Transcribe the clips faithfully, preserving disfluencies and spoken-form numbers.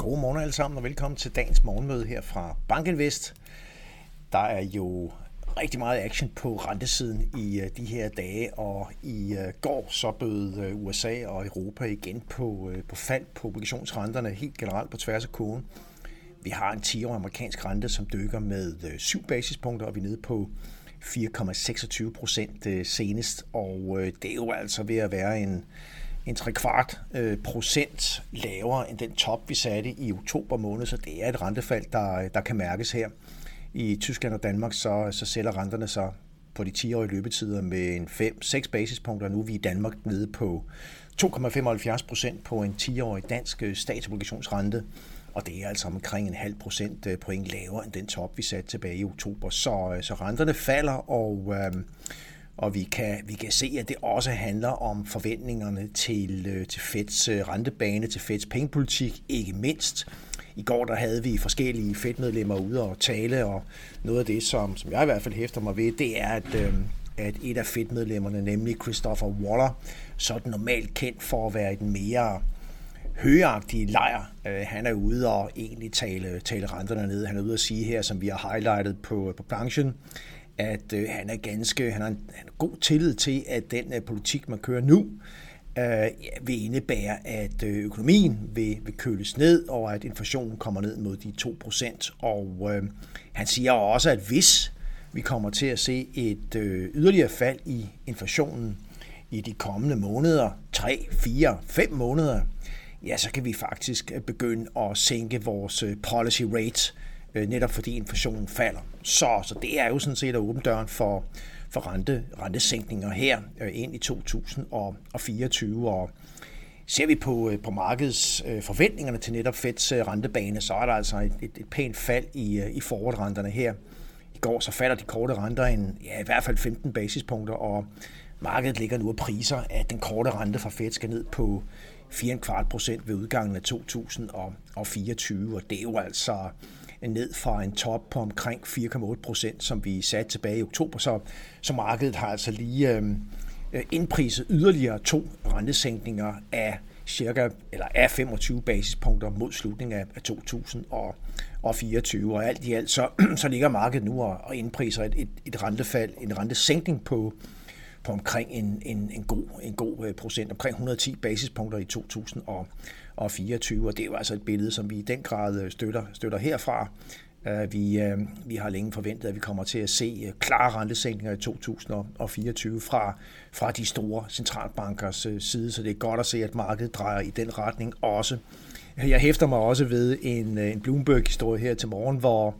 God morgen alle sammen, og velkommen til dagens morgenmøde her fra BankInvest. Der er jo rigtig meget action på rentesiden i de her dage, og i går så bød U S A og Europa igen på, på fald på obligationsrenterne helt generelt på tværs af kurven. Vi har en ti-årig amerikansk rente, som dykker med syv basispunkter, og vi er nede på fire komma seksogtyve procent senest, og det er jo altså ved at være en en tre kvart procent lavere end den top, vi satte i oktober måned, så det er et rentefald, der, der kan mærkes her. I Tyskland og Danmark, så, så sælger renterne sig på de ti-årige løbetider med en fem til seks basispunkter. Nu er vi i Danmark nede på to komma femoghalvfjerds procent på en ti-årig dansk statsobligationsrente, og det er altså omkring en halv procent point lavere end den top, vi satte tilbage i oktober. Så, så renterne falder, og øh, Og vi kan, vi kan se, at det også handler om forventningerne til, til Feds rentebane, til Feds pengepolitik, ikke mindst. I går der havde vi forskellige Fed-medlemmer ude og tale, og noget af det, som, som jeg i hvert fald hæfter mig ved, det er, at, at et af Fed-medlemmerne, nemlig Christopher Waller, sådan normalt kendt for at være den mere højagtige lejr. Han er ude og egentlig tale, tale renterne ned. Han er ude at sige her, som vi har highlightet på, på planchen, at øh, han er ganske, han har en, han har god tillid til, at den øh, politik, man kører nu, øh, vil indebære, at øh, økonomien vil, vil køles ned, og at inflationen kommer ned mod de to procent. Og øh, han siger også, at hvis vi kommer til at se et øh, yderligere fald i inflationen i de kommende måneder, tre, fire, fem måneder, ja, så kan vi faktisk begynde at sænke vores øh, policy rate, netop fordi inflationen falder. Så, så det er jo sådan set at åbne døren for, for rente, rentesænkninger her ind i to tusind fireogtyve. Og ser vi på, på markedets forventningerne til netop Feds rentebane, så er der altså et, et, et pænt fald i, i forward-renterne her. I går så falder de korte renter en, ja, i hvert fald femten basispunkter, og markedet ligger nu og priser, at den korte rente fra Fed skal ned på fire komma fem procent ved udgangen af to tusind fireogtyve, og det er jo altså ned fra en top på omkring fire komma otte procent, som vi satte tilbage i oktober, så, så markedet har altså lige øh, indpriset yderligere to rentesænkninger af cirka eller af femogtyve basispunkter mod slutningen af, af to tusind fireogtyve, og alt i alt så, så ligger markedet nu og, og indpriser et, et, et rentefald, en rentesænkning på på omkring en, en, en, god, en god procent, omkring et hundrede og ti basispunkter i to tusind fireogtyve, og det er jo altså et billede, som vi i den grad støtter, støtter herfra. Vi, vi har længe forventet, at vi kommer til at se klare rentesænkninger i to tusind fireogtyve fra, fra de store centralbankers side, så det er godt at se, at markedet drejer i den retning også. Jeg hæfter mig også ved en, en Bloomberg-historie her til morgen, hvor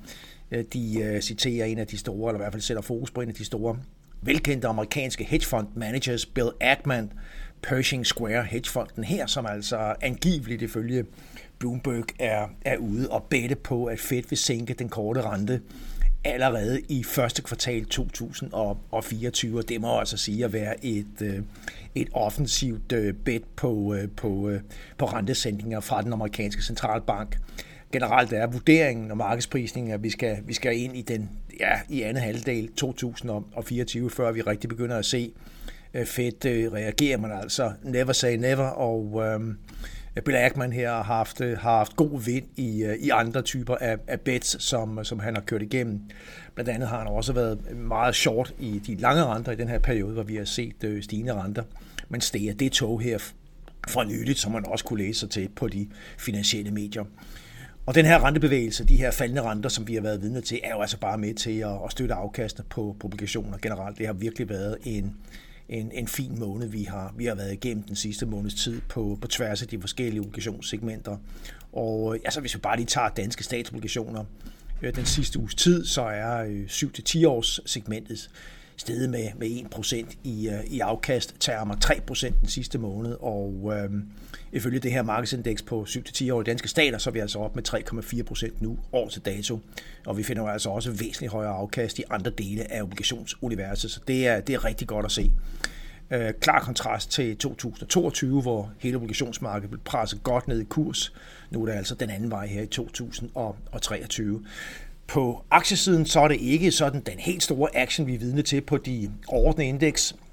de citerer en af de store, eller i hvert fald sætter fokus på en af de store velkendte amerikanske hedgefund managers, Bill Ackman, Pershing Square hedgefonden her, som altså angiveligt ifølge Bloomberg er, er ude og bette på, at Fed vil sænke den korte rente allerede i første kvartal to tusind fireogtyve, og det må altså sige at være et, et offensivt bet på, på, på rentesænkninger fra den amerikanske centralbank. Generelt er vurderingen og markedsprisningen, at vi skal, vi skal ind i den ja, i anden halvdel to tusind fireogtyve, før vi rigtig begynder at se Fed reagere, men altså never say never, og øhm, Bill Ackman her har haft, har haft god vind i, i andre typer af, af bets, som, som han har kørt igennem. Blandt andet har han også været meget short i de lange renter i den her periode, hvor vi har set stigende renter, men steger det tog her fra nyligt, som man også kunne læse sig til på de finansielle medier. Og den her rentebevægelse, de her faldende renter, som vi har været vidne til, er jo altså bare med til at, at støtte afkastet på obligationer generelt. Det har virkelig været en, en, en fin måned, vi har, vi har været igennem den sidste måneds tid på, på tværs af de forskellige obligationssegmenter. Og altså, hvis vi bare lige tager danske statsobligationer den sidste uges tid, så er syv til ti års segmentet steget med, med en procent i, i afkasttermer, tre procent den sidste måned, og øhm, ifølge det her markedsindeks på syv til ti år i danske stater, så er vi altså op med tre komma fire procent nu år til dato, og vi finder altså også væsentligt højere afkast i andre dele af obligationsuniverset, så det er, det er rigtig godt at se. Øh, klar kontrast til to tusind toogtyve, hvor hele obligationsmarkedet blev presset godt ned i kurs. Nu er det altså den anden vej her i to tusind treogtyve. På aktiesiden så er det ikke sådan den helt store action, vi er vidne til på de overordnede indeks.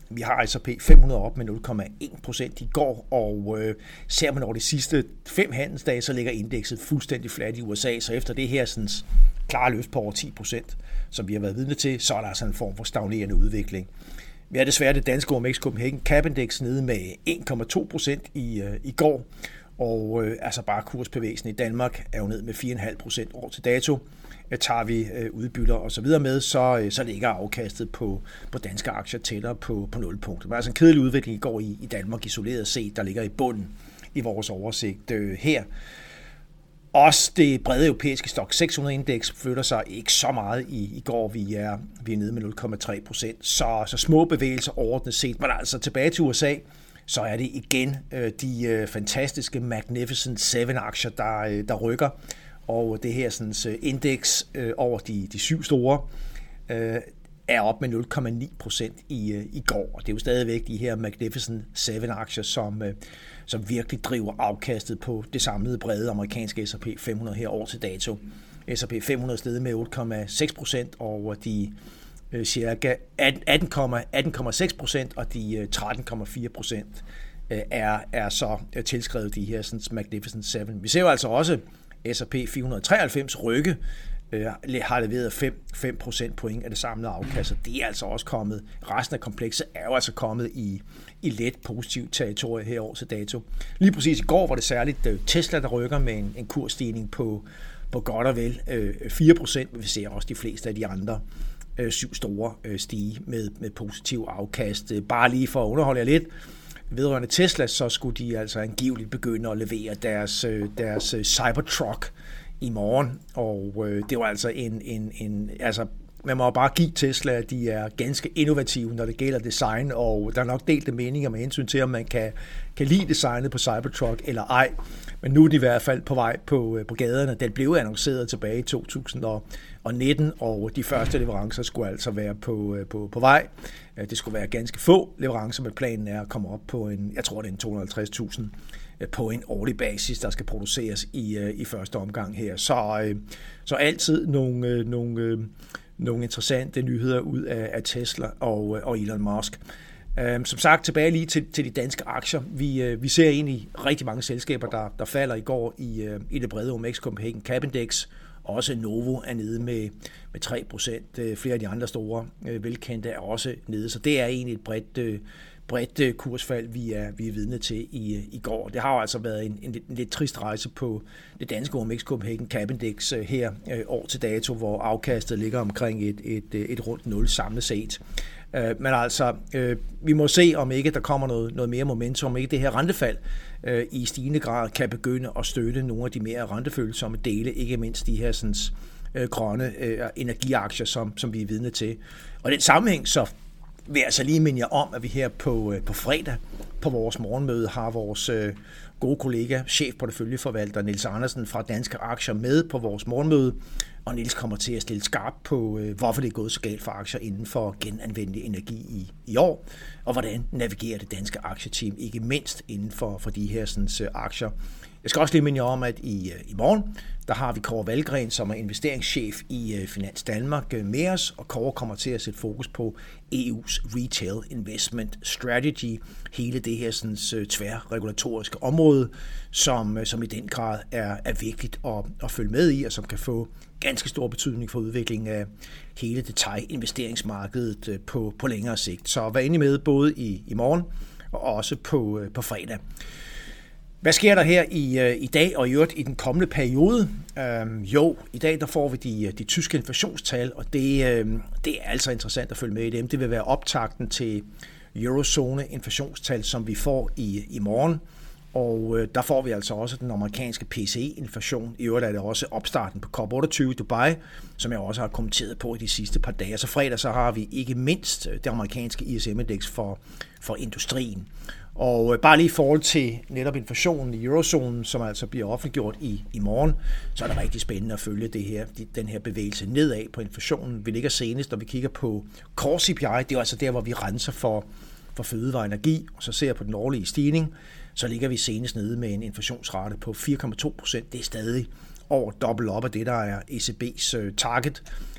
Vi har S og P fem hundrede op med nul komma en procent i går, og øh, ser man over de sidste fem handelsdage, så ligger indekset fuldstændig fladt i U S A, så efter det her sådan, klare løft på over ti procent, som vi har været vidne til, så er der altså en form for stagnerende udvikling. Vi har desværre det danske O M X Copenhagen Cap Index nede med en komma to procent i, øh, i går, og øh, altså bare kursbevægelsen i Danmark er jo ned med fire komma fem procent år til dato. Tager vi øh, udbytter og så videre med, så, øh, så ligger afkastet på, på danske aktier tættere på, på nulpunktet. Det var altså en kedelig udvikling i går i, i Danmark isoleret set, der ligger i bunden i vores oversigt øh, her. Også det brede europæiske Stoxx seks hundrede indeks flytter sig ikke så meget i, i går. Vi er, vi er nede med nul komma tre procent, så, så små bevægelser overordnet set. Men altså tilbage til U S A, så er det igen øh, de øh, fantastiske Magnificent syv aktier, der, øh, der rykker. Og det her sådan, indeks øh, over de, de syv store øh, er op med nul komma ni procent i, øh, i går. Og det er jo stadigvæk de her Magnificent syv aktier, som, øh, som virkelig driver afkastet på det samlede brede amerikanske S og P fem hundrede her år til dato. S og P fem hundrede steget med otte komma seks procent, og de øh, cirka atten komma seks procent og de øh, tretten komma fire procent øh, er, er så tilskrevet de her sådan, Magnificent syv. Vi ser jo altså også S og P fire hundrede treoghalvfems rykke øh, har leveret fem procent point af det samlede afkast, det er altså også kommet. Resten af komplekset er jo altså kommet i, i let positivt territorie her år til dato. Lige præcis i går var det særligt øh, Tesla, der rykker med en, en kursstigning på, på godt og vel øh, fire procent, men vi ser også de fleste af de andre øh, syv store øh, stige med, med positiv afkast. Bare lige for at underholde jer lidt, vedrørende Tesla, så skulle de altså angiveligt begynde at levere deres, deres Cybertruck i morgen, og øh, det var altså en, en, en altså man må bare give Tesla, at de er ganske innovative, når det gælder design, og der er nok delte meninger med hensyn til, om man kan, kan lide designet på Cybertruck eller ej, men nu er de i hvert fald på vej på, på gaderne. Den blev annonceret tilbage i to tusind nitten, og de første leverancer skulle altså være på, på, på vej. Det skulle være ganske få leverancer, men planen er at komme op på en, jeg tror det er en to hundrede og halvtreds tusind på en årlig basis, der skal produceres i, i første omgang her. Så, så altid nogle, nogle, nogle interessante nyheder ud af, af Tesla og, og Elon Musk. Som sagt, tilbage lige til, til de danske aktier. Vi, vi ser egentlig rigtig mange selskaber, der, der falder i går i, i det brede O M X Copenhagen Cap Index. Også Novo er nede med, med tre procent. Flere af de andre store velkendte er også nede. Så det er egentlig et bredt, bredt kursfald, vi er, vi er vidne til i, i går. Det har jo altså været en, en, en lidt trist rejse på det danske O M X Copenhagen Cap Index her år til dato, hvor afkastet ligger omkring et, et, et rundt nul samlet set. Men altså, vi må se, om ikke der kommer noget, noget mere momentum, om ikke det her rentefald i stigende grad kan begynde at støtte nogle af de mere rentefølsomme dele, ikke mindst de her sådan, grønne energiaktier, som, som vi er vidne til. Og den sammenhæng, så vil jeg altså lige minde jer om, at vi her på, på fredag på vores morgenmøde har vores gode kollega, chefporteføljeforvalter Niels Andersen fra Danske Aktier med på vores morgenmøde, og Niels kommer til at stille skarpt på, hvorfor det er gået så galt for aktier inden for genanvendelig energi i, i år, og hvordan navigerer det danske aktieteam ikke mindst inden for, for de her sådan, aktier. Jeg skal også lige minde jer om, at i, i morgen, der har vi Kåre Valgren, som er investeringschef i Finans Danmark med os, og Kåre kommer til at sætte fokus på E U's Retail Investment Strategy, hele det her sådan, tværregulatoriske område, som, som i den grad er, er vigtigt at, at følge med i, og som kan få ganske stor betydning for udviklingen af hele detaljinvesteringsmarkedet på, på længere sigt. Så vær inde med både i, i morgen og også på, på fredag. Hvad sker der her i, i dag og i øvrigt i den kommende periode? Øhm, jo, i dag der får vi de, de tyske inflationstal, og det, øhm, det er altså interessant at følge med i dem. Det vil være optakten til eurozone inflationstal, som vi får i, i morgen. Og øh, der får vi altså også den amerikanske P C E-inflation. I øvrigt er det også opstarten på COP otteogtyve i Dubai, som jeg også har kommenteret på i de sidste par dage. Så fredag så har vi ikke mindst det amerikanske I S M-indeks for, for industrien. Og øh, bare lige i forhold til netop inflationen i eurozonen, som altså bliver offentliggjort i, i morgen, så er det rigtig spændende at følge det her, den her bevægelse nedad på inflationen. Vi ligger senest, når vi kigger på Core C P I, det er altså der, hvor vi renser for, for fødevare og energi, og så ser jeg på den årlige stigning, så ligger vi senest nede med en inflationsrate på fire komma to procent. Det er stadig over dobbelt op af det, der er E C B's target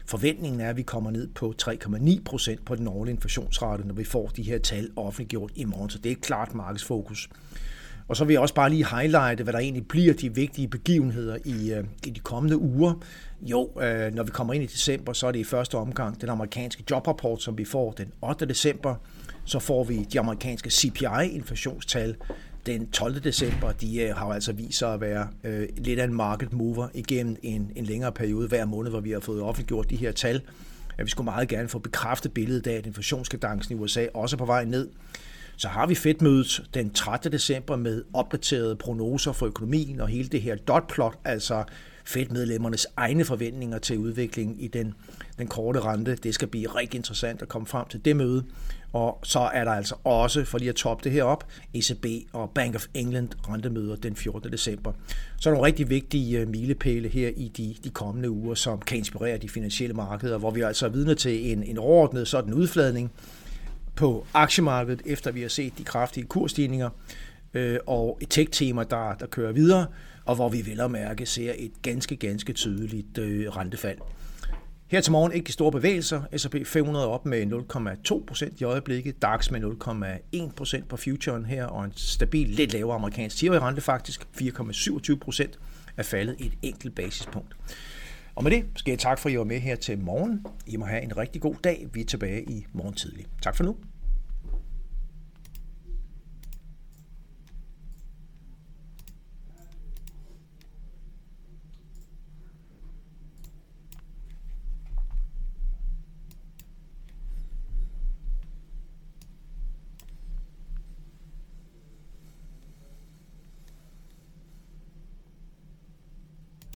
Forventningen er, at vi kommer ned på tre komma ni procent på den årlige inflationsrate, når vi får de her tal offentliggjort i morgen. Så det er et klart markedsfokus. Og så vil jeg også bare lige highlighte, hvad der egentlig bliver de vigtige begivenheder i, øh, i de kommende uger. Jo, øh, når vi kommer ind i december, så er det i første omgang den amerikanske jobrapport, som vi får den ottende december. Så får vi de amerikanske C P I-inflationstal den tolvte december. De øh, har jo altså vist sig at være øh, lidt af en market mover igennem en, en længere periode hver måned, hvor vi har fået offentliggjort de her tal. Ja, vi skulle meget gerne få bekræftet billedet af, at inflationskadencen i U S A også er på vej ned. Så har vi Fed-mødet den trettende december med opdaterede prognoser for økonomien og hele det her dot-plot, altså Fed-medlemmernes egne forventninger til udviklingen i den, den korte rente. Det skal blive rigtig interessant at komme frem til det møde. Og så er der altså også, for lige at toppe det her op, E C B og Bank of England rentemøder den fjortende december. Så er der nogle rigtig vigtige milepæle her i de, de kommende uger, som kan inspirere de finansielle markeder, hvor vi altså er vidne til en, en overordnet sådan udfladning på aktiemarkedet, efter vi har set de kraftige kursstigninger øh, og et tech-tema, der, der kører videre, og hvor vi vel at mærke ser et ganske, ganske tydeligt øh, rentefald. Her til morgen ikke de store bevægelser. S og P fem hundrede op med nul komma to procent i øjeblikket, DAX med nul komma en procent på futuren her, og en stabil, lidt lavere amerikansk ti-årig rente faktisk, fire komma syvogtyve procent er faldet et enkelt basispunkt. Og med det skal jeg takke for, at I var med her til morgen. I må have en rigtig god dag. Vi er tilbage i morgen tidlig. Tak for nu.